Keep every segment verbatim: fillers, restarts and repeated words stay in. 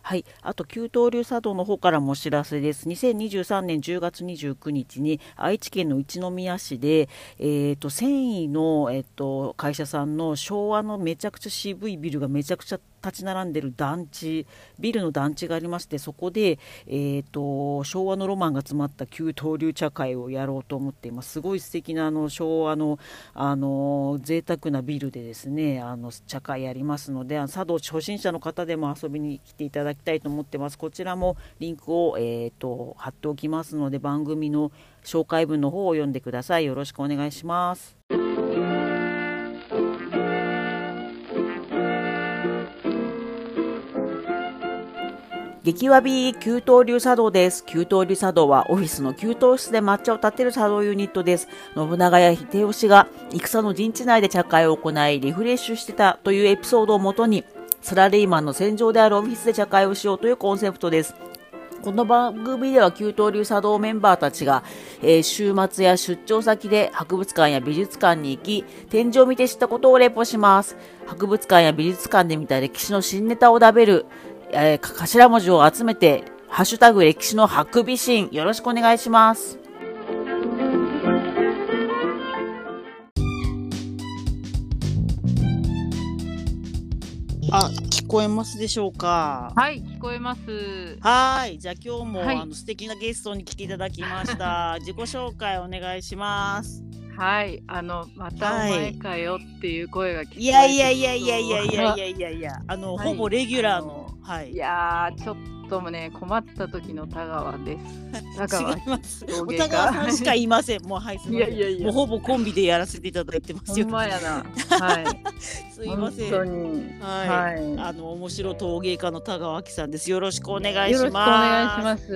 はい、あと給湯流茶道の方からもお知らせです。にせんにじゅうさんねんじゅうがつにじゅうくにちに愛知県の一宮市で、えーと、繊維の、えーと、会社さんの昭和のめちゃくちゃ渋いビルがめちゃくちゃ立ち並んでる団地、ビルの団地がありまして、そこで、えーと、昭和のロマンが詰まった給湯流茶会をやろうと思っています。すごい素敵なあの昭和の、あの贅沢なビルでですね、あの茶会やりますので、茶道初心者の方でも遊びに来ていただきたいと思ってます。こちらもリンクを、えーと、貼っておきますので、番組の紹介文の方を読んでください。よろしくお願いします。激わび給湯流茶道です。給湯流茶道はオフィスの給湯室で抹茶を立てる茶道ユニットです。信長や秀吉が戦の陣地内で茶会を行いリフレッシュしてたというエピソードをもとに、サラリーマンの戦場であるオフィスで茶会をしようというコンセプトです。この番組では給湯流茶道メンバーたちが、えー、週末や出張先で博物館や美術館に行き、展示を見て知ったことをレポします。博物館や美術館で見た歴史の新ネタを食べる、えー、頭文字を集めて、ハッシュタグ歴史のハクビシン、よろしくお願いします。あ、聞こえますでしょうか。 はい、聞こえます。 はい、じゃあ今日も、 はい、 あの素敵なゲストに来ていただきました。自己紹介お願いします。 はい、あのまたお前かよっていう声が聞こえて、 いやいやいやいやいやいやいやいやいや、あの、はい、ほぼレギュラーの、はい。 いやーちょっともね困った時の田川です。田川違います。田川さんしかいません。もうはいすみません。いやいやいや、もうほぼコンビでやらせていただいてますよ。 ほんまやな。はい。 すいません。 本当に。 はい。はい、あの面白陶芸家の田川明さんです。よろしくお願いします。よろしくお願いします。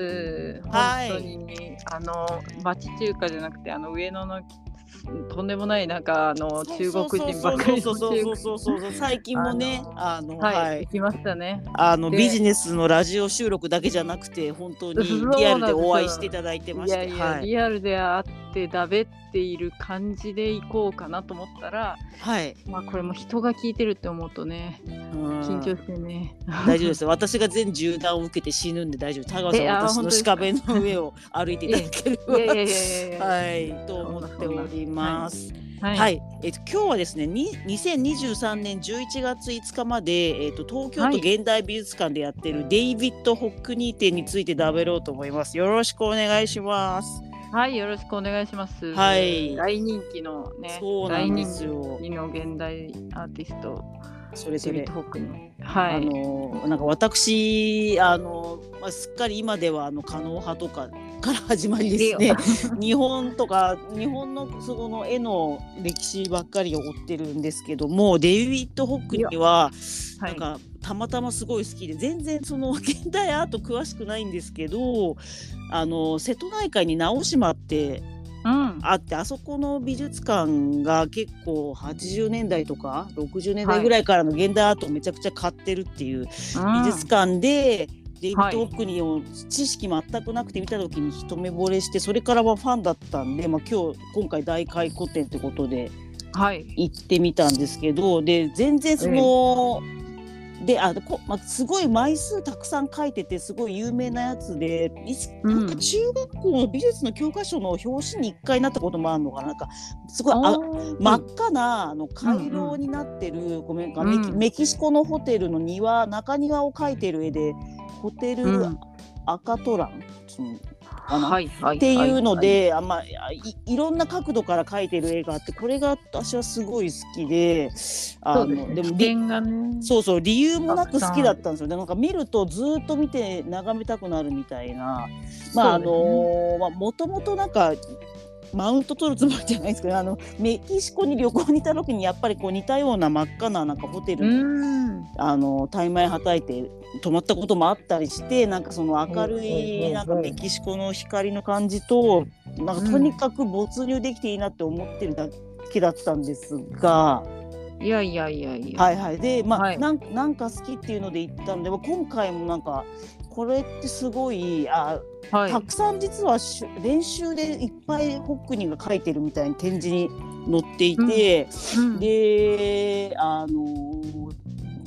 はい。 本当にあの町中華じゃなくてあの上野のとんでもないなんかあの中国人ばっかりそうそうそうそうそうそう最近もねあのはい、はい、行きましたね。 あのビジネスのラジオ収録だけじゃなくて本当にリアルでお会いしていただいてまして、 いやいや、はい、リアルで会ってだべっている感じで行こうかなと思ったら、はい、まあこれも人が聞いてるって思うとね緊張してね。 大丈夫です。私が全銃弾を受けて死ぬんで大丈夫。田川さんは私の屍壁の上を歩いていただければはいと思っております。はい、はい、えっと今日はですね、にせんにじゅうさんねんじゅういちがついつかまで、えっと東京都現代美術館でやっているデイビッド・ホックニー展について食べろうと思います。よろしくお願いします。 はい、よろしくお願いします。 はい、 大人気のね、 そうなんですよ。 大人気の現代アーティスト。 それそれはい、 あのなんか私あの、まあ、すっかり今ではあの狩野派とかから始まりですね日本とか日本のその絵の歴史ばっかりを追ってるんですけども、デイビッド・ホックにはなんか、はい、たまたますごい好きで、全然その現代アート詳しくないんですけど、あの瀬戸内海に直島ってうん、あって、あそこの美術館が結構はちじゅうねんだいとかろくじゅうねんだいぐらいからの現代アートをめちゃくちゃ買ってるっていう美術館で、うん、デイビッド・ホックニーを知識全くなくて見た時に一目惚れして、それからはファンだったんで、まあ、今日今回大回顧展ってことで行ってみたんですけど、はい、で全然その、えーであこまあ、すごい枚数たくさん書いててすごい有名なやつで、なんか中学校の美術の教科書の表紙にいっかいなったこともあるのかな。なんかすごいあ真っ赤なあの回廊になってる、うんうん、ごめんか、うん、メキ、メキシコのホテルの庭中庭を描いてる絵でホテル赤トラン、うんはいはい、っていうので、はいはい、あまあ、い, いろんな角度から描いてる絵があって、これが私はすごい好きで、あのでもね、そうそう理由もなく好きだったんですよ。でなんか見るとずっと見て眺めたくなるみたいな、まああのまあもともとなんかマウント取るつもりじゃないですけど、あのメキシコに旅行に行った時にやっぱりこう似たような真っ赤ななんかホテルにあの大枚はたいて泊まったこともあったりして、なんかその明るいなんかメキシコの光の感じとなんかとにかく没入できていいなって思ってるだけだったんですが、 いやいやいやいや、 はいはい、でまあ、はい、なんなんか好きっていうので行ったんで、今回もなんかこれってすごいあ、はい、たくさん実は練習でいっぱいホックニーが描いてるみたいに展示に載っていて、うんうん、であの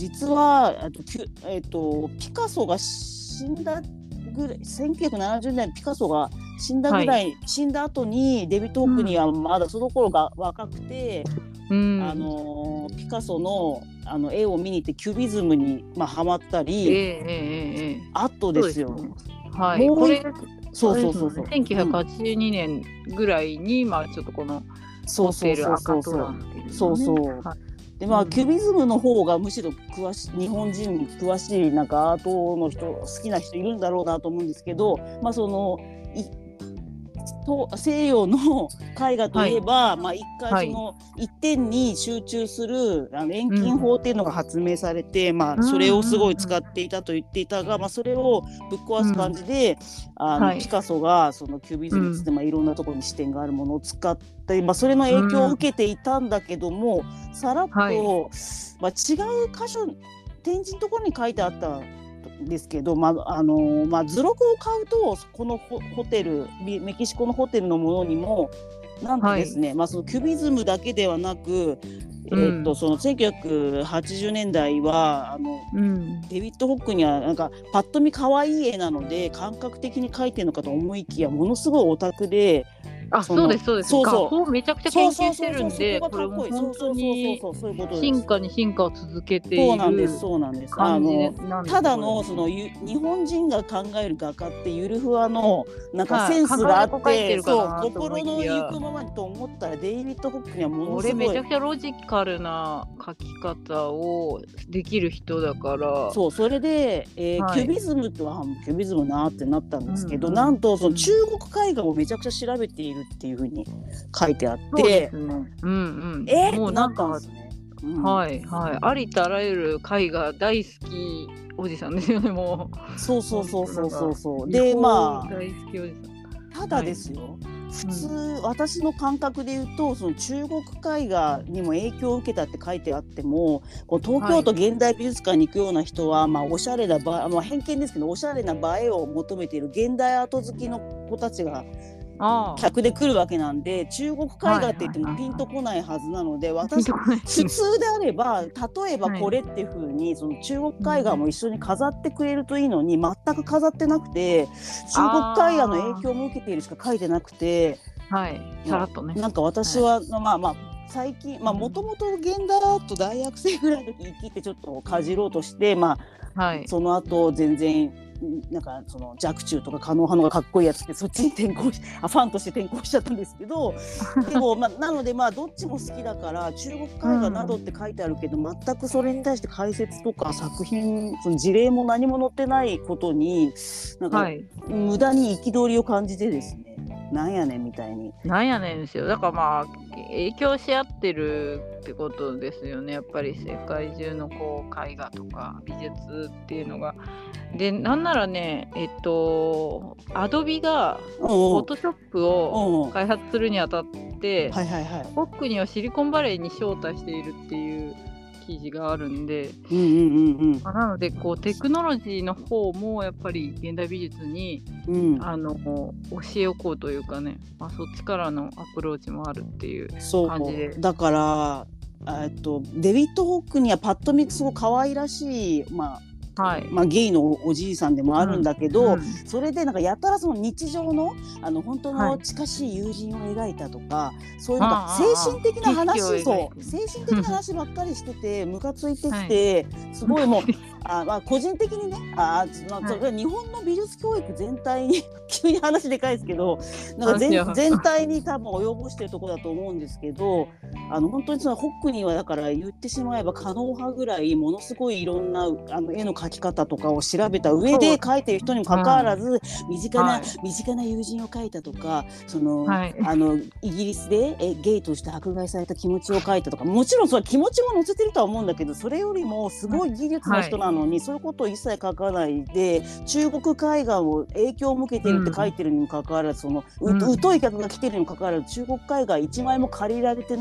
実はあと、えー、とピカソが死んだぐらい、せんきゅうひゃくななじゅうねんピカソが死んだぐらい、はい、死んだ後にデビッド・ホックニーはまだその頃が若くて、うん、あのピカソのあの絵を見に行ってキュビズムに、まあ、ハマったり、えーえーえー、あとですよ。 そうですね、はい、 もうこれそうそうそうそう、 せんきゅうひゃくはちじゅうにねんぐらいに、うん、まあちょっとこのホテル赤トランっていう、ね、 そうそう、はい、でまあ、うん、キュビズムの方がむしろ詳しい日本人に詳しいなんかアートの人好きな人いるんだろうなと思うんですけど、まあそのと西洋の絵画といえば、はい、まあ、一回その一点に集中する、はい、あの遠近法っていうのが発明されて、うん、まあ、それをすごい使っていたと言っていたが、まあ、それをぶっ壊す感じで、うん、あのはい、ピカソがそのキュビズムって、まあ、いろんなところに視点があるものを使って、まあ、それの影響を受けていたんだけども、うん、さらっと、はい、まあ、違う箇所展示のところに書いてあったですけど、まああのまあ、図録を買うとこの ホ, ホテルメキシコのホテルのものにもなんとですね、はい、まあ、そのキュビズムだけではなく、うん、えー、とそのせんきゅうひゃくはちじゅうねんだいはあの、うん、デビッド・ホックにはなんかパッと見可愛い絵なので感覚的に描いてるのかと思いきやものすごいオタクで、 あ、そうですそうです。そうそう、めちゃくちゃ研究してるんで、これも本当に進化に進化を続けている。 そうなんです、そうなんです。あのただのその日本人が考える画家ってゆるふわのなんかセンスがあって、はい、そう心の行くままにと思ったらデイビッド・ホックにはものすごい。 俺めちゃくちゃロジカルな描き方をできる人だから。 そう、それで、えーはい、キュビズムとはキュビズムなってなったんですけど、うん、なんとその中国絵画をめちゃくちゃ調べているっていう風に書いてあって、そうですね、うんうん、えー、もうなんか、 うん、はいはい、ありとあらゆる絵画大好きおじさんですよね、もう。そうそうそうそうそうそう。でまあ大好きおじさん。 ただですよ、はい、普通、うん、私の感覚で言うとその中国絵画にも影響を受けたって書いてあっても、こう東京都現代美術館に行くような人は、はい、まあ、おしゃれな場、まあ、偏見ですけどおしゃれな映えを求めている現代アート好きの子たちが客で来るわけなんで、中国絵画って言ってもピンとこないはずなので、私普通であれば例えばこれっていう風にその中国絵画も一緒に飾ってくれるといいのに全く飾ってなくて、中国絵画の影響も受けているしか書いてなくて、 はい、さらっとね。 なんか私は、はい、まあまあ最近もともと現代アート大学生ぐらいの時に生きてちょっとかじろうとして、まあ、はい、その後全然なんかその若冲とか狩野派のがかっこいいやつってそっちに転向しあファンとして転向しちゃったんですけどでも、まあ、なのでまあどっちも好きだから中国絵画などって書いてあるけど、うん、全くそれに対して解説とか作品その事例も何も載ってないことになんか、はい、無駄に憤りを感じてですね、なんやねんみたいに。 なんやねんですよ。だからまあ影響し合ってるってことですよね。やっぱり世界中のこう絵画とか美術っていうのが。でなんならね、えっとアドビがフォトショップを開発するにあたって、 はいはいはい、 ホックにはシリコンバレーに招待しているっていう記事があるんで、 うんうんうんうん、 まあ、なのでこうテクノロジーの方もやっぱり現代美術に、うん、あの教えおこうというかね、まあ、そっちからのアプローチもあるっていう感じで。 そうだからえっとデビッド・ホックにはパッと見すごい可愛らしい、まあはいまあ、ゲイのおじいさんでもあるんだけど、うんうん、それでなんかやたらその日常のあの本当の近しい友人を描いたとか、はい、そういうのが精神的な話そう精神的な話ばっかりしててムカついてきて、はい、すごいもうあ、まあ、個人的にねあ、まあ、それ日本の美術教育全体に急に話でかいですけどなんか 全, 全体に多分及ぼしてるところだと思うんですけど、あの本当にそのホックニーはだから言ってしまえば狩野派ぐらいものすごいいろんなあの絵の描き方とかを調べた上で描いてる人にもかかわらず、うん、身近な、はい、身近な友人を描いたとかその、はい、あのイギリスでえゲイとして迫害された気持ちを描いたとか、もちろんそれは気持ちも載せてるとは思うんだけど、それよりもすごい技術の人なのに、はい、そういうことを一切書かないで中国絵画を影響を受けてるって書いてるにもかかわらず、その、うん、う疎い客が来てるにもかかわらず中国絵画いちまいも借りられてないってい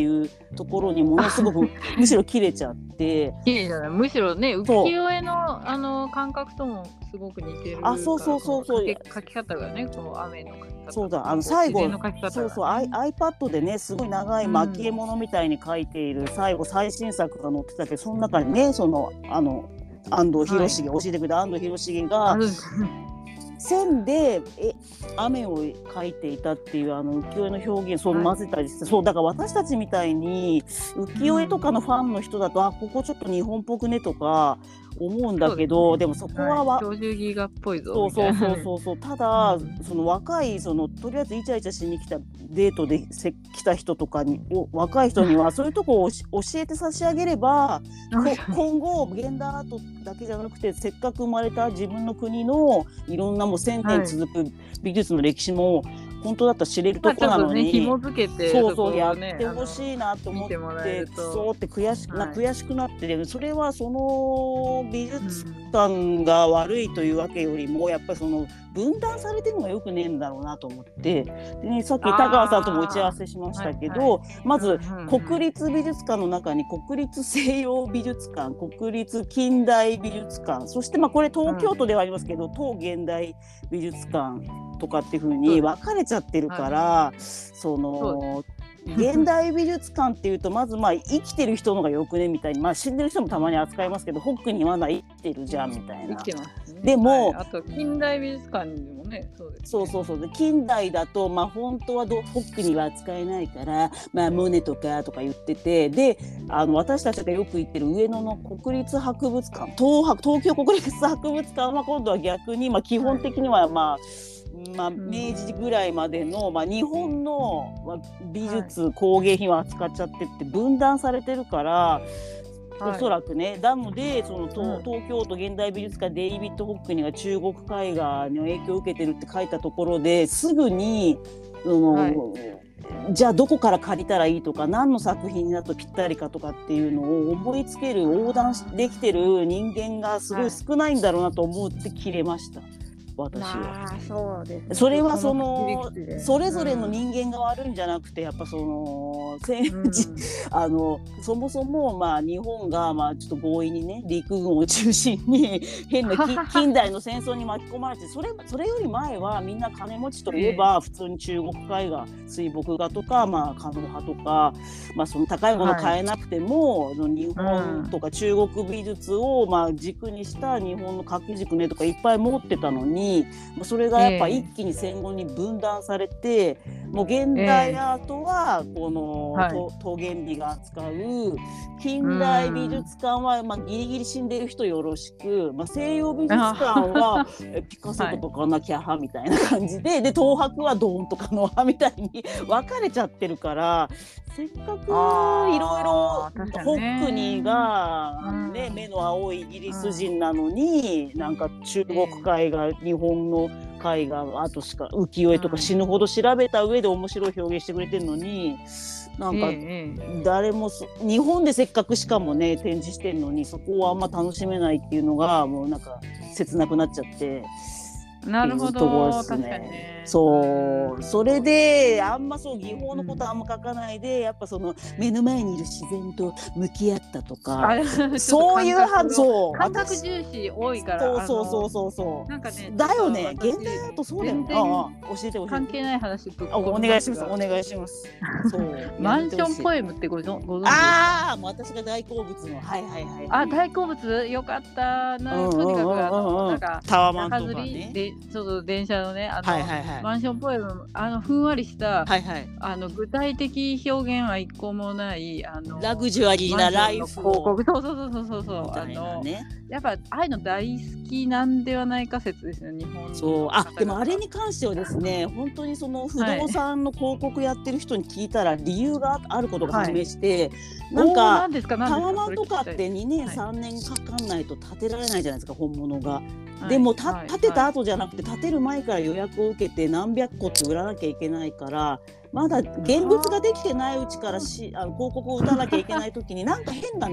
いうところにものすごくむしろ切れちゃって綺麗じゃない、むしろね浮世絵のあの感覚ともすごく似てるから。 あ、そうそうそうそう、 描き方がね、この雨の描き方、 そうだ、あの最後の描き方がね、 そうそう、アイ iPad でねすごい長い蒔絵物みたいに描いている、うん、最後最新作が載ってたけど、その中にねそのあの安藤広重、はい、教えてくれた安藤広重が線でえ雨を描いていたっていうあの浮世絵の表現、そう混ぜたりして、はい、そうだから私たちみたいに浮世絵とかのファンの人だと、うん、あここちょっと日本っぽくねとか思うんだけど、 で,、ね、でもそこはわ、 はい、鳥獣戯画っぽいぞそうそうそうそうそう、ただ、うん、その若いそのとりあえずイチャイチャしに来たデートでせ来た人とかにお若い人にはそういうとこを教えて差し上げれば今後現代アートだけじゃなくて、せっかく生まれた自分の国のいろんなもうせんねん続く美術の歴史も本当だったら知れるところなのに、 まあね、紐づけてそうそうやってほしいなと思って、そうって悔しくな、はい、悔しくなって、ね、それはその美術館が悪いというわけよりも、やっぱりその分断されてるのがよくねえんだろうなと思って、で、ね、さっき田川さんとも打ち合わせしましたけど、はいはい、まず国立美術館の中に国立西洋美術館、国立近代美術館、そしてまあこれ東京都ではありますけど、東現代美術館とかっていう風に分かれちゃってるから、はい、その現代美術館っていうとまずまあ生きてる人のがよくねみたいに、まあ死んでる人もたまに扱いますけど、ホックにまだ生きてるじゃんみたいな。 生きてますね。 でも、 はい、あと近代美術館にもね、そうですね。 そうそうそうで近代だとまあ本当はどホックには扱えないから、まあモネとかとか言ってて、であの私たちがよく行ってる上野の国立博物館、東博東京国立博物館は今度は逆にまあ基本的にはまあ、はいまあ、明治ぐらいまでの、まあ、日本の、まあ、美術、はい、工芸品を扱っちゃってって分断されてるから、はい、おそらくね、なのでその 東, 東京都現代美術館デイビッド・ホックニーが中国絵画の影響を受けてるって書いたところですぐに、うん、はい、じゃあどこから借りたらいいとか何の作品だとぴったりかとかっていうのを思いつける横断できてる人間がすごい少ないんだろうなと思って切れました。私は。 あ、そうですね、 それはそのそれぞれの人間が悪いんじゃなくて、やっぱその、うん、あのそもそもまあ日本がまあちょっと強引にね陸軍を中心に変な近代の戦争に巻き込まれて、それそれより前はみんな金持ちといえば普通に中国絵画、水墨画とか、まあ、狩野派とか、まあ、その高いもの買えなくても、はい、日本とか中国美術をまあ軸にした日本の掛け軸ねとかいっぱい持ってたのに、それがやっぱ一気に戦後に分断されて、えー、もう現代アートはこの、えー、桃源美が扱う近代美術館はまあギリギリ死んでる人よろしく、まあ、西洋美術館はピカソとかかなきゃ派みたいな感じで、はい、で東博はドーンとかの派みたいに分かれちゃってるから、せっかくいろいろホックニーが、ね、目の青いイギリス人なのに、うん、なんか中国絵画、日本の絵画あとしか浮世絵とか死ぬほど調べた上で面白い表現してくれてるのに、なんか誰も日本でせっかくしかもね展示してるのにそこはあんま楽しめないっていうのがもうなんか切なくなっちゃって。 なるほど、確かにね。 そう、それであんまそう技法のことあんま書かないで、うん、やっぱその目の前にいる自然と向き合ったとか、そういうはそう感覚重視多いから、 そうそうそうそうなんかね、 だよね、現代だとそうだよね。ああ、教えて教えて。 関係ない話ぶっお願いしますお願いします。そうマンションポエムってご存知ですか？ ああ、もう私が大好物の、はいはいはい。 あ、大好物よかったな。とにかくあのなんかタワマンとかね。 ちょっと電車のね、あの、 はいはいはい、 マンションポエム、あのふんわりした、 はいはい、 あの具体的表現は一個もないあのラグジュアリーなライフを広告、そうそうそうそうそう、あのやっぱああいうの大好きなんではないか説ですね、日本の。 そう、あ、でもあれに関してはですね、本当にその不動産の広告やってる人に聞いたら理由があることが判明して、はい、なんかタワマンとかってにねんさんねんかかんないと建てられないじゃないですか、本物が。でもた、はい、建てた後じゃなくて建てる前から予約を受けて何百個って売らなきゃいけないから、まだ現物ができてないうちからしあの広告を打たなきゃいけない時になんか変なね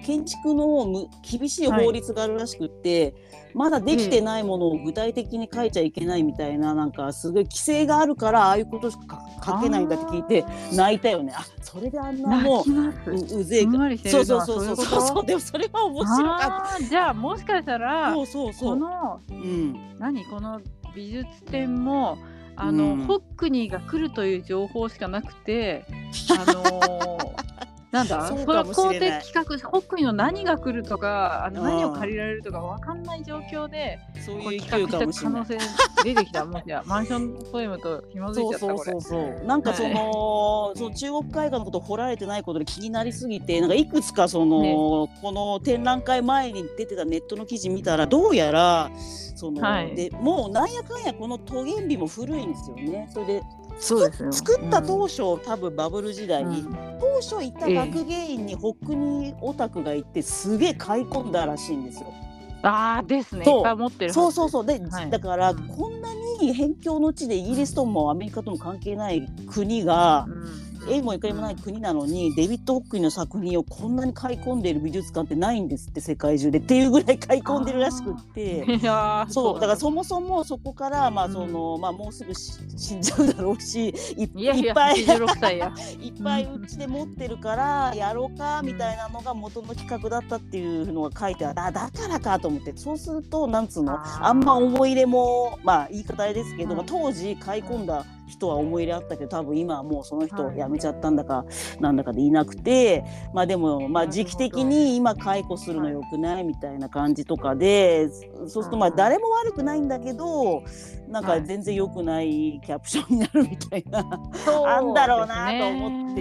建築のむ厳しい法律があるらしくって、はい、まだできてないものを具体的に書いちゃいけないみたいな、なんかすごい規制があるからああいうことしか書けないんだって聞いて泣いたよね。あ、それであんなもう う, うぜえか。そうそうそうそうそうそう。でもそれは面白かった。 じゃあもしかしたらそうそうそう、 この、 うん、 何この美術展もあの、うん、ホックニーが来るという情報しかなくて、あのーなんだその公的企画、ホックニーの何が来るとか、あの何を借りられるとか分かんない状況でそういう企画した可能性出てきた。もしやマンションポエムと紐づいちゃった。 そうそうそうそう。なんかその、はい、その中国絵画のこと掘られてないことで気になりすぎて、なんかいくつかその、ね、この展覧会前に出てたネットの記事見たら、どうやらその、はい、でもうなんやかんやこのトゲンビも古いんですよね。それでそうですよ、 作った当初、うん、多分バブル時代に、うん、当初いた学芸員にホックニーオタクがいてすげえ買い込んだらしいんですよ。 ああですね。いっぱい持ってる。 そうそうそう。で、はい、だから、うん、こんなに辺境の地でイギリスともアメリカとも関係ない国が、うん縁もゆかりもない国なのに、デビッド・ホックニーの作品をこんなに買い込んでいる美術館ってないんですって、世界中でっていうぐらい買い込んでるらしくって、いやそうだからそもそもそこからまあその、うんまあ、もうすぐ死んじゃうだろうし、い, いやいやっぱいいっぱいうちで持ってるからやろうかみたいなのが元の企画だったっていうのが書いてあって、あだからかと思って、そうするとなんつうの あ, あんま思い入れもまあ言い方あれですけど、うん、当時買い込んだ人は思い入れあったけど、多分今はもうその人辞めちゃったんだかなんだかでいなくて、まあでもまあ時期的に今解雇するのよくないみたいな感じとかで、そうするとまあ誰も悪くないんだけど、なんか全然良くないキャプションになるみたいな、あんだろうなと思って、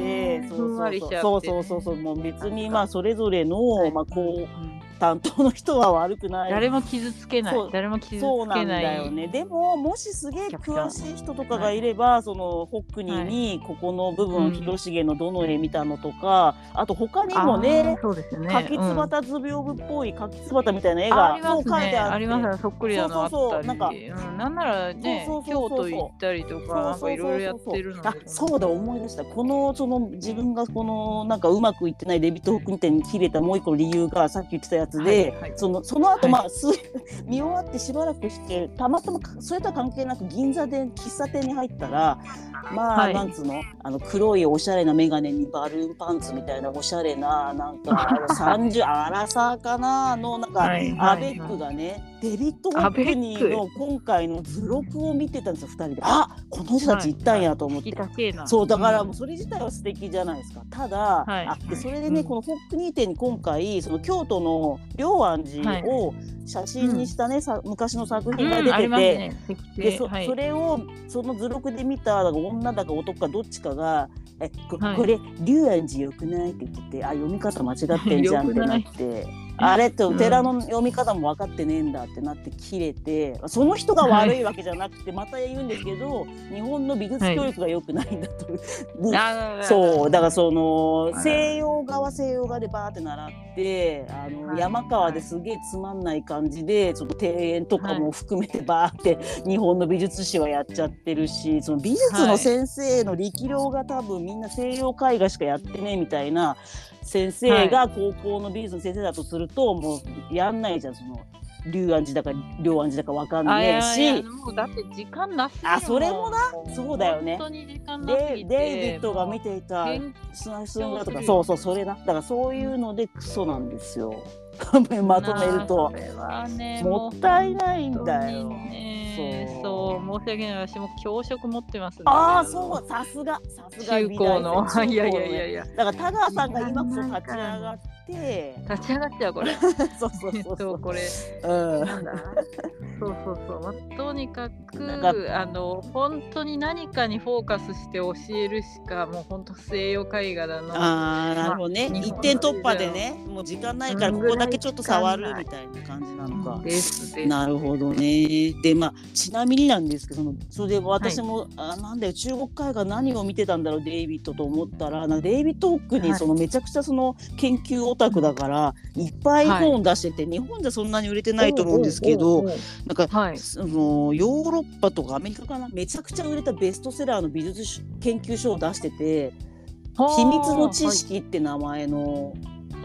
そうそうそうそう、もう別にまあそれぞれのまあこう担当の人は悪くない、 誰も傷つけない、誰も傷つけない、 そうなんだよね。でももしすげえ詳しい人とかがいれば、はい、そのホックニーにここの部分、はい、広重のどの絵見たのとか、あと他にもね、 そうですね、 柿つばた図屏風っぽい柿つばたみたいな絵がそう描いてあって、 ありますね、そっくりなのあったり、そうそうそう、なんか、うん、なんならね、京都行ったりとかなんかいろいろやってるので、 あ、そうだ思い出した。このその自分がこのなんかうまくいってないデビッド・ホックニー展に切れたもう一個の理由がさっき言ってたやつで、はいはい、そのその後、まあ、はい、見終わってしばらくしてたまたまそれとは関係なく銀座で喫茶店に入ったら、まあ、はい、なんつうの、あの黒いおしゃれなメガネにバルーンパンツみたいなおしゃれななんかさんじゅうアラサーかなのなんか、はいはいはい、アベックがね、デビッド・ホックニーの今回の図録を見てたんですよ、ふたりで。あ、この人たち行ったんやと思って、はいはい、そうだからもうそれ自体は素敵じゃないですか。ただ、はい、あでそれでね、うん、このホックニー展に今回その京都の龍安寺を写真にしたね、はい、昔の作品が出てて、うんね、で そ, はい、それをその図録で見た女だか男かどっちかがえ こ,、はい、これ龍安寺よくないって言ってて、あ読み方間違ってんじゃんってなってあれってお寺の読み方も分かってねえんだってなって切れて、うん、その人が悪いわけじゃなくて、また言うんですけど、日本の美術教育が良くないんだと、はい、そうだからその西洋側西洋側でバーって習ってあの、はい、山川ですげえつまんない感じでその庭園とかも含めてバーって日本の美術史はやっちゃってるし、その美術の先生の力量が多分みんな西洋絵画しかやってねえみたいな先生が高校の美術の先生だとすると、もうやんないじゃん、その龍安寺だか龍安寺だかわかんないし、 いやいやもうだって時間なすぎるもん。 あ、それもな、そうだよね。 本当に時間なすぎて、 デイビッドが見ていたスナスンガとか、そうそうそれだ。だからそういうのでクソなんですよ。まとめると、ね、もったいないんだよ。 そうそう申し訳ない、私も教職持ってますね。 ああそう、さすがさすが中高のいやいやいやいや、 だから田川さんが今こそ立ち上がって立ち上がっちゃうこれそうそうそうそうこれ、うん、なんだそうそうそう、まあ、とにかくあの本当に何かにフォーカスして教えるしかもう本当西洋絵画だの。 ああなるほどね、まあ、一点突破でね、もう時間ないからここだけちょっと触るみたいな感じなのか。 ですです。 なるほどね。でまあちなみになんですけど、そのそれで私も、はい、あなんだよ中国絵画何を見てたんだろうデイビッドと思ったら、なんかデイビッド・ホックにそのめちゃくちゃその研究オタクだから、はい、いっぱい本出してて、はい、日本じゃそんなに売れてないと思うんですけど、なんか、はい、そのヨーロッパとかアメリカかな、めちゃくちゃ売れたベストセラーの美術研究書を出してて、秘密の知識って名前の、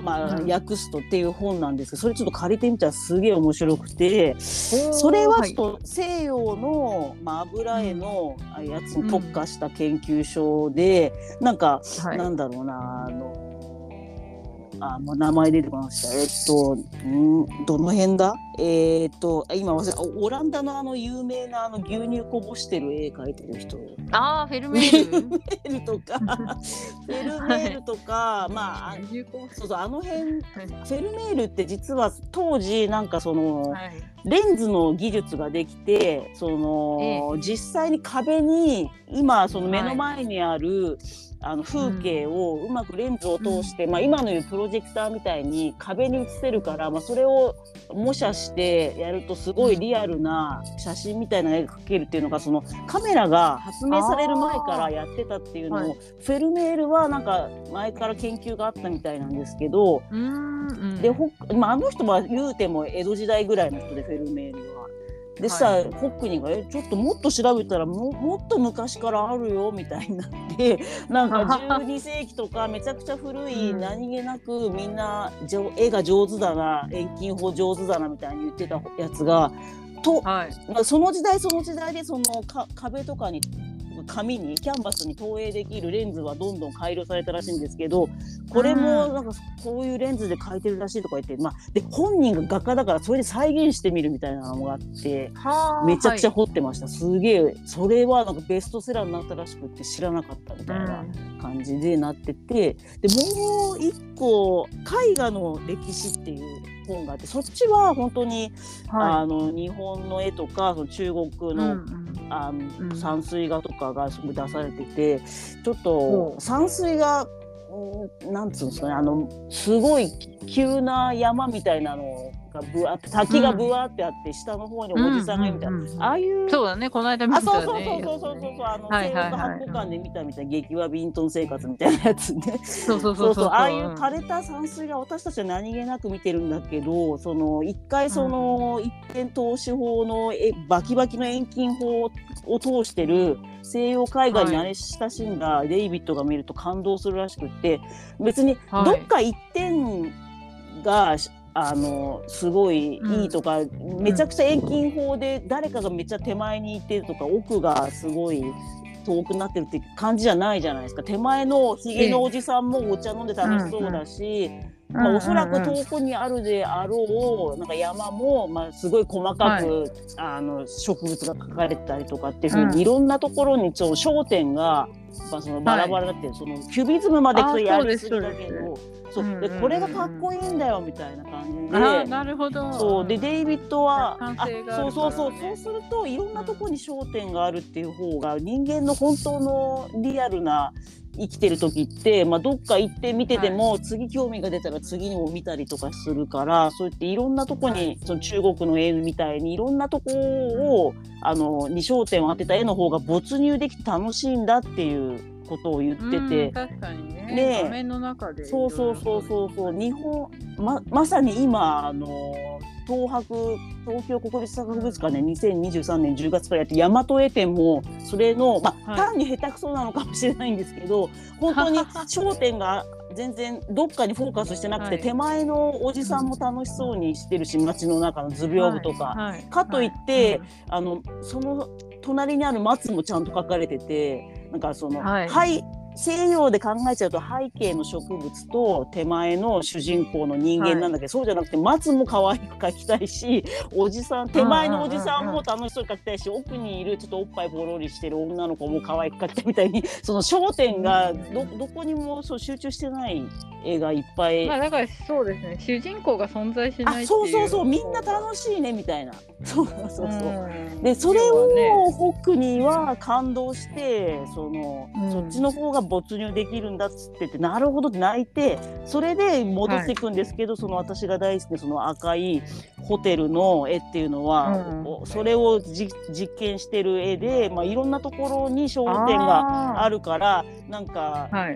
まあ、 うん訳すとっていう本なんですけど、それちょっと借りてみたらすげえ面白くて、それはちょっと西洋の、まあ、油絵のやつに特化した研究所で、うん、なんか、はい、なんだろうな、あのあもう名前出てこました。えっとんどの辺だえー、っと今忘れオランダのあの有名なあの牛乳こぼしてる絵描いてる人、 あーフェルメールフェルメールとかフェルメールとか、はい、まあそうそうあの辺、はい、フェルメールって実は当時なんかその、はい、レンズの技術ができてその、ええ、実際に壁に今その目の前にある、はいあの風景をうまくレンズを通して、うんまあ、今のいうプロジェクターみたいに壁に映せるから、まあ、それを模写してやるとすごいリアルな写真みたいな絵が描けるっていうのがそのカメラが発明される前からやってたっていうのを、はい、フェルメールはなんか前から研究があったみたいなんですけど、うんうん、でほ、まあ、あの人は言うても江戸時代ぐらいの人でフェルメールは。でさ、はい、ホックニーがえちょっともっと調べたら も, もっと昔からあるよみたいになってなんかじゅうに世紀とかめちゃくちゃ古い何気なくみんな絵が上手だな遠近法上手だなみたいに言ってたやつがと、はい、その時代その時代でそのか壁とかに紙にキャンバスに投影できるレンズはどんどん改良されたらしいんですけどこれもなんかこういうレンズで描いてるらしいとか言って、まあ、で本人が画家だからそれで再現してみるみたいなのがあってめちゃくちゃ彫ってました、はい、すげえそれはなんかベストセラーになったらしくって知らなかったみたいな感じでなっててでもう一個絵画の歴史っていう本があってそっちは本当に、はい、あの日本の絵とかその中国の、うんあのうん、山水画とかがすごい出されててちょっと山水画なんつうんですかねあのすごい急な山みたいなのがぶわって滝がぶわってあって、うん、下の方におじさんがいるみたいな、うんうんうん、ああいうそうだねこの間見たねあそうそうそうそうそうそうあの西洋の博物館で見たみたいな激話ビントン生活みたいなやつねそうそうそうそうああいう枯れた山水が私たちは何気なく見てるんだけどその一回その一点透視法のえバキバキの遠近法を通してる西洋絵画に慣れ親しんだデイビッドが見ると感動するらしくって別にどっか一点があのすごいいいとか、うん、めちゃくちゃ遠近法で誰かがめっちゃ手前にいてるとか奥がすごい遠くなってるって感じじゃないじゃないですか手前のひげのおじさんもお茶飲んで楽しそうだし、うんうんまあ、おそらく遠くにあるであろうなんか山も、まあ、すごい細かく、はい、あの植物が描かれてたりとかっていうふうに、うん、いろんなところにちょ焦点が、まあ、そのバラバラだって、はい、そのキュビズムまでいくとやりすぎだけどそうでこれがかっこいいんだよみたいな感じであなるほどそうでデイビッドはあそうそうそうそうするといろんなところに焦点があるっていう方が人間の本当のリアルな生きてる時って、まあ、どっか行って見てても、はい、次興味が出たら次にも見たりとかするからそうやっていろんなとこに、はい、その中国の絵みたいにいろんなとこをあのに焦点を当てた絵の方が没入できて楽しいんだっていうことを言ってて確かにねね画面の中でそうそうそうそうそう日本 ま, まさに今あの東博東京国立博物館で、ね、にせんにじゅうさんねんじゅうがつからやって大和絵展もそれの、まあはい、単に下手くそなのかもしれないんですけど本当に焦点が全然どっかにフォーカスしてなくて、はい、手前のおじさんも楽しそうにしてるし街の中の図屏風とか、はいはい、かといって、はい、あのその隣にある松もちゃんと描かれててなんかその、はいはい、西洋で考えちゃうと背景の植物と手前の主人公の人間なんだけど、はい、そうじゃなくて松も可愛く描きたいしおじさん手前のおじさんも楽しそうに描きたいし奥にいるちょっとおっぱいボロリしてる女の子も可愛く描きたいみたいにその焦点が ど, どこにもそう集中してない絵がいっぱい、 まあ、だからそうですね主人公が存在しないっていうあそうそうそうみんな楽しいねみたいなそうそうそうそうでそれをホックニーは感動してその、うん、そっちの方が没入できるんだっつっててなるほどって泣いてそれで戻っていくんですけど、はい、その私が大好きなその赤いホテルの絵っていうのは、うん、それをじ実験してる絵で、まあ、いろんなところに焦点があるからなんか、はい、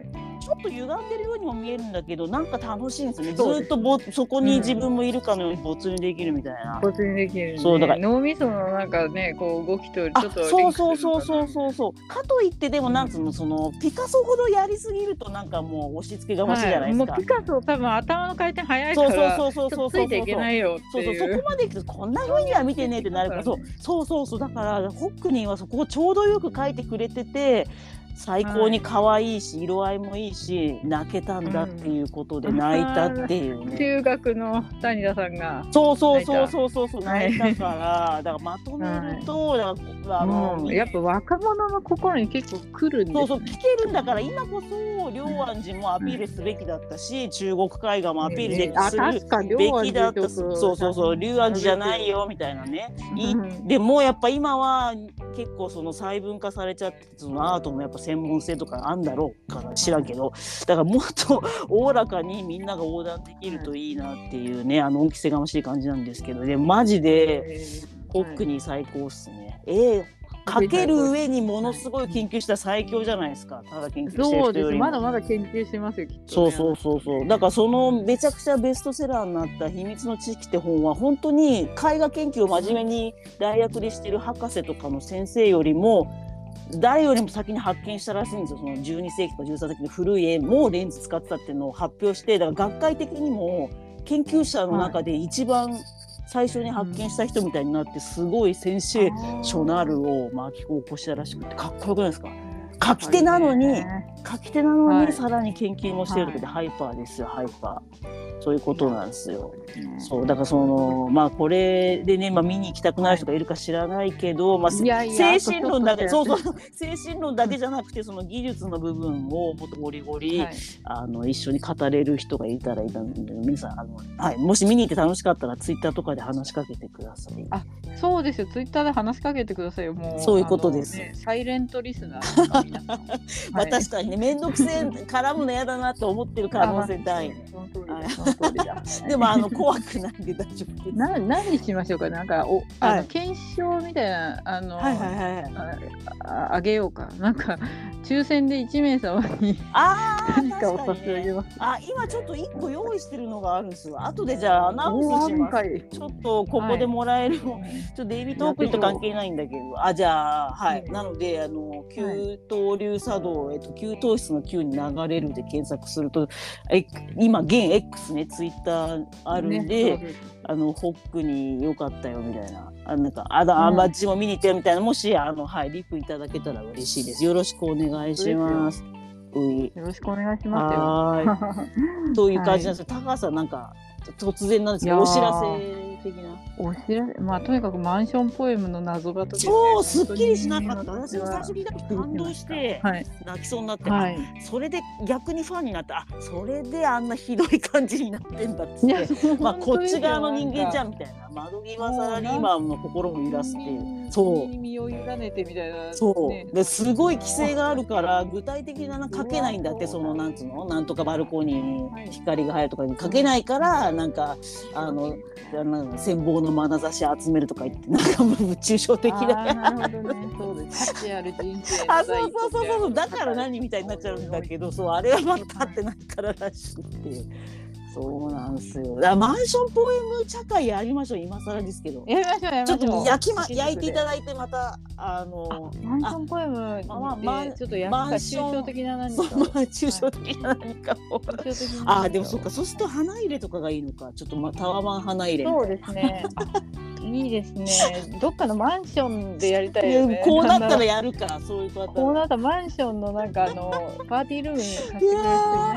ちょっと歪んでるようにも見えるんだけど、なんか楽しいんですよね。ずーっとぼそこに自分もいるかのように没入できるみたいな。 没入できる、ね。 そうだから脳みそのなんかね、こう動きとちょっとそうそうそうそうそうそう。かといってでもなんつうの、そのピカソほどやりすぎるとなんかもう押し付けがましいじゃないですか。 はい、もうピカソ多分頭の回転早いから、 そうそうそうそうそうそうそう、 ついていけないよっていう。 そうそう、そこまでいくとこんな風には見てねえってなるから、そうそうそうそう、だからホックニーはそこをちょうどよく描いてくれてて。最高に可愛いし、はい、色合いもいいし泣けたんだっていうことで泣いたっていうね、 うん、中学の谷田さんがそうそうそうそうそうそう泣いたから、だからまとめると、はい、だからあの、 うん、やっぱ若者の心に結構来るんですね。 そうそう聞けるんだから、今こそ龍安寺もアピールすべきだったし、うん、中国絵画もアピールで、するべきだった、そうそうそう、龍安寺じゃないよみたいなね、いでもやっぱ今は結構その細分化されちゃって、そのアートもやっぱ専門性とかあんだろうから知らんけど、だからもっとおおらかにみんなが横断できるといいなっていうね、あの恩着せがましい感じなんですけど、でマジでホックニー最高っすね。えーかける上にものすごい研究したら最強じゃないですか。ただ研究してる人よりも。 そうです。まだまだ研究してますよ、きっと、ね。 そうそうそうそう。だからそのめちゃくちゃベストセラーになった秘密の知識って本は本当に絵画研究を真面目に大学でしてる博士とかの先生よりも誰よりも先に発見したらしいんですよ。そのじゅうにせいきとかじゅうさんせいきの古い絵もレンズ使ってたっていうのを発表して、だから学会的にも研究者の中で一番、はい、最初に発見した人みたいになってすごいセンセーショナルを巻き起こしたらしくてかっこよくないですか。書き手なのに書き手なのにさらに研究もしてるということで、はい、ハイパーですよ、ハイパー。そういうことなんですよ。そうだからそのまあこれでね、まあ、見に行きたくない人がいるか知らないけど、まあ、いやいや精神論だけそうそう精神論だけじゃなくてその技術の部分をもっとゴリゴリ、はい、あの一緒に語れる人がいたらいたので、皆さんあの、はい、もし見に行って楽しかったらツイッターとかで話しかけてください。 あ、そうですよ、ツイッターで話しかけてくださいよ。もうそういうことです、 ね、サイレントリスナーの皆さんまあ確かにね、めんどくせえ絡むの嫌だなって思ってる可能性大ね。でもあの怖くないんで大丈夫です。 な何しましょうか。なんかおあの、はい、検証みたいなあの、はいはいはい、あ, あげようか。なんか抽選でいちめいさまに何かを差し上げます。 あ、今ちょっといっこ用意してるのがあるんですよ。後でじゃあアナウンスします。ちょっとここでもらえる、はい、ちょっとデイビートークリと関係ないんだけど、あじゃあはい、うん、なのであの給湯流茶道、えっと給湯室の給に流れるで検索すると、え今現 X ねツイッターあるんで、ね、あのホックに良かったよみたいな、あなんかあだ、うん、バッジも見に行ってよみたいな、もしあのはいリプいただけたら嬉しいです。よろしくお願いします。 よろしくお願いしますよ。 はいという感じなんですよ。はい、高橋さんなんか突然なんですけどお知らせ的な。 お知らせ、まあとにかくマンションポエムの謎が解けて、 そうすっきりしなかった。私も最初聞いた時感動して泣きそうになって、はい、それで逆にファンになって、あそれであんなひどい感じになってんだって、まあこっち側の人間じゃんみたいな、窓際サラリーマンの心も揺らすっていう、そう身を委ねてみたいな、ね、 そうですごい規制があるから具体的な書けないんだって、そのなんつうのなんとかバルコニーに光が入るとかに書けないから、なんかあのなんか羨望の眼差し集めるとか言ってなんかもう抽象的な。 なるほどね、そうです。価値ある人生あ、そうそうそうそう、だから何みたいになっちゃうんだけど、そうあれはまたってないかららしくて。そうなんですよ。だマンションポエム茶会やりましょう。今更ですけど。 やりましょうやりましょう。 ちょっと焼きま焼いていただいてまたあのあマンションポエムでちょっとやっぱ抽象的な何か。 そう、まあ、抽象的な何かを。あでもそうか、そうすると花入れとかがいいのか。ちょっとまタワマン花入れ。 そうですね。いいですね。どっかのマンションでやりたいよね。 こうなったらやるか、そういうこと。 こうなったらマンションのなんかあのパーティールームに貸してくれる人いない。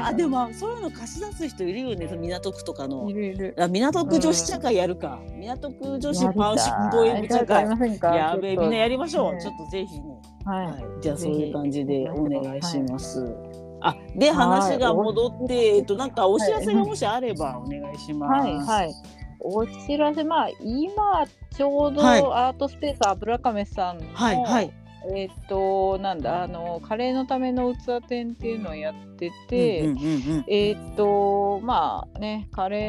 あでもそういうの貸し出す人いるよね。港区とかの。 いるいる。 あ港区女子茶会やるか。うん、港区女子マンションポエム茶会。やべえみんなやりましょう。ね、ちょっとぜひね。はい。はい、じゃあそういう感じでお願いします。はい、あで話が戻って、えっとなんかお知らせがもしあればお願いします。 はいはい。お知らせ、まあ今ちょうどアートスペース油亀さんの、はいはい、えっとなんだあのカレーのための器展っていうのをやってて、うんうんうんうん、えっとまあねカレーの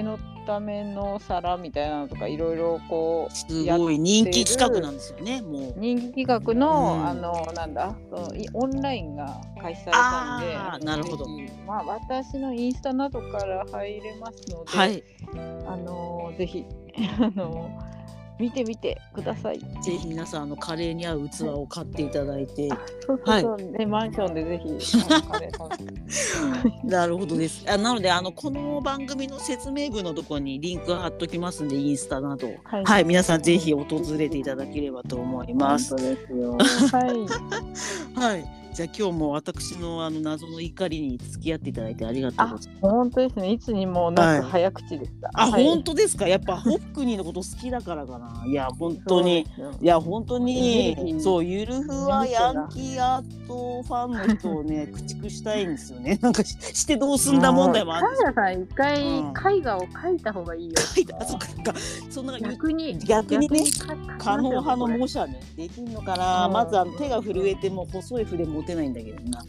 ための皿みたいなのとかいろいろこうすごい人気企画なんですよね。もう人気企画の、 うん、 あのなんだそのオンラインが開催されたんで、 あなるほど、 まあ、私のインスタなどから入れますので、 はい、 あのぜひあの見てみてください。 ぜひ皆さんあのカレーに合う器を買っていただいて、 はい、そうそうそう、 はい、 ね、マンションでぜひあのカレー食べてなるほどです。あなのであのこの番組の説明文のところにリンク貼っときますんで、インスタなど、はい、はい、皆さんぜひ訪れていただければと思います。 本当ですよ。はいはい。じゃあ今日も私のあの謎の怒りに付き合っていただいてありがとうございます。 本当ですね。いつにもなく早口でした。 はい、あ、 はい、 本当ですか。やっぱホックニーのこと好きだからかな。いや本当に、いや本当にそうゆるふわヤンキーアートファンの人をね駆逐したいんですよね。なんか し, してどうすんだ問題もあるんですよ。 平さん一回絵画を描いた方がいいよ。 描いた、あ、そっかそんな逆に逆にね可能派の模写ねできんのかな。まずあの手が震えても細い筆持てないんだけどな。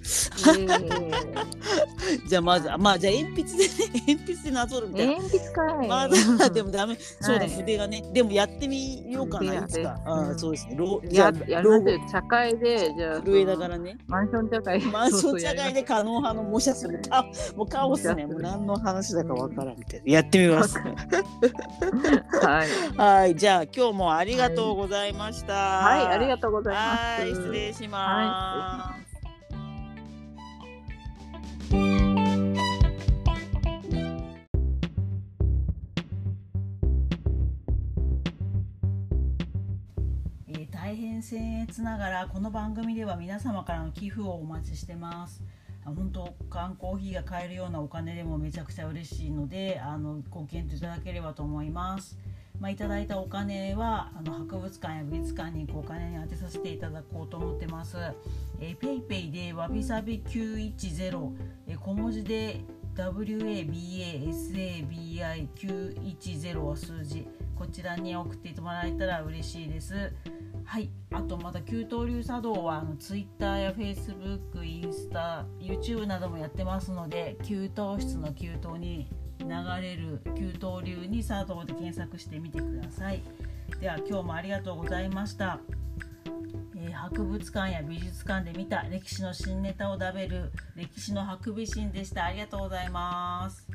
じゃあまずまあじゃあ鉛筆でね鉛筆でなぞるみたいな。 鉛筆かい。 まだでもダメ。そうだ、筆がね。でもやってみようかな、いつか。あ、そうですね。じゃあやるんで茶会でじゃあ震えながらね。 マンション茶会。 マンション茶会で可能派の模写する。あ、もうカオスね。もう何の話だかわからんみたいな。やってみます。 はい。 はい、じゃあ今日もありがとうございました。 はい、ありがとうございます。 はい、失礼します。大変僭越ながらこの番組では皆様からの寄付をお待ちしてます。本当缶コーヒーが買えるようなお金でもめちゃくちゃ嬉しいので、あのご検討いただければと思います。まあ、いただいたお金はあの博物館や美術館にお金に充てさせていただこうと思ってます。えー、ペイペイでわびさびきゅういちゼロ、えー、小文字で ダブリューエービーエーエスエービーアイきゅういちゼロ は数字、こちらに送ってもらえたら嬉しいです。はい、あとまた給湯流茶道はあの Twitter や Facebook、インスタ、YouTube などもやってますので、給湯室の給湯に流れる給湯流に茶道で検索してみてください。では今日もありがとうございました。えー、博物館や美術館で見た歴史の新ネタを食べる歴史のハクビシンでした。ありがとうございます。